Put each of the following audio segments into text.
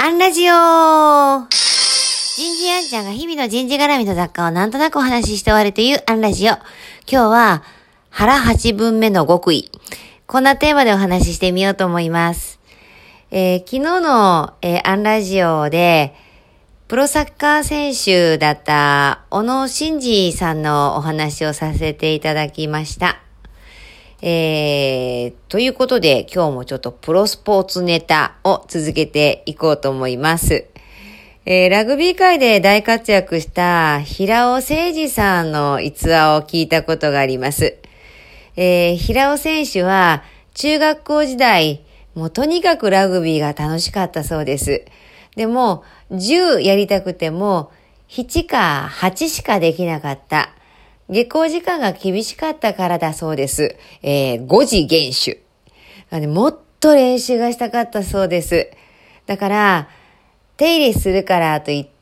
アンラジオ人事アンちゃんが日々の人事絡みの雑貨をなんとなくお話しして終わるというアンラジオ。今日は腹8分目の極意。こんなテーマでお話ししてみようと思います。昨日の、アンラジオでプロサッカー選手だった小野伸二さんのお話をさせていただきました。ということで今日もちょっとプロスポーツネタを続けていこうと思います。ラグビー界で大活躍した平尾誠二さんの逸話を聞いたことがあります。平尾選手は中学校時代、もうとにかくラグビーが楽しかったそうです。でも10やりたくても7か8しかできなかった。下校時間が厳しかったからだそうです。5時厳守。もっと練習がしたかったそうです。だから、手入れするからといって、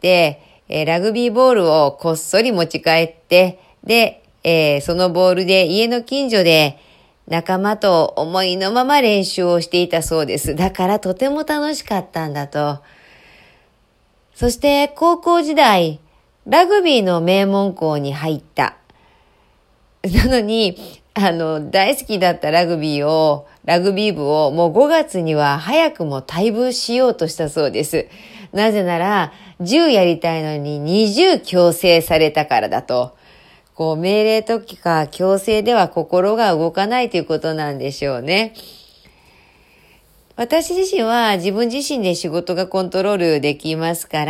ラグビーボールをこっそり持ち帰って、で、そのボールで家の近所で仲間と思いのまま練習をしていたそうです。だからとても楽しかったんだと。そして高校時代、ラグビーの名門校に入った。なのに、大好きだったラグビー部をもう5月には早くも退部しようとしたそうです。なぜなら、10やりたいのに20強制されたからだと。命令とか強制では心が動かないということなんでしょうね。私自身は自分自身で仕事がコントロールできますから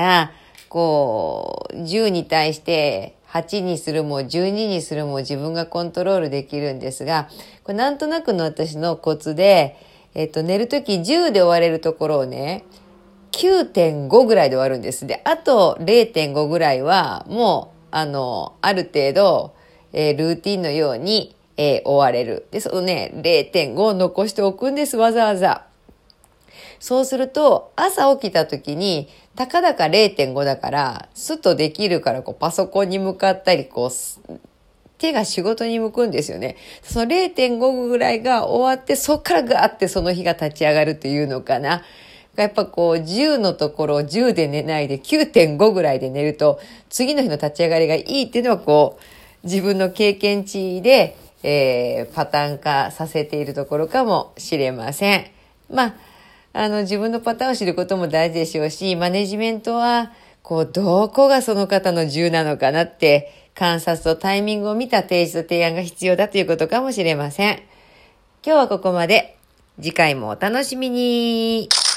、10に対して8にするも12にするも自分がコントロールできるんですが、これなんとなくの私のコツで、寝るとき10で終われるところをね、9.5 ぐらいで終わるんです。で、あと 0.5 ぐらいはもう、ある程度、ルーティンのように、終われる。で、そのね、0.5 を残しておくんです、わざわざ。そうすると、朝起きた時に、たかだか 0.5 だから、スッとできるから、パソコンに向かったり、手が仕事に向くんですよね。その 0.5 ぐらいが終わって、そっからガーってその日が立ち上がるというのかな。やっぱ10のところを10で寝ないで 9.5 ぐらいで寝ると、次の日の立ち上がりがいいっていうのは自分の経験値で、パターン化させているところかもしれません。自分のパターンを知ることも大事でしょうし、マネジメントは、どこがその方の10なのかなって、観察とタイミングを見た提出と提案が必要だということかもしれません。今日はここまで。次回もお楽しみに。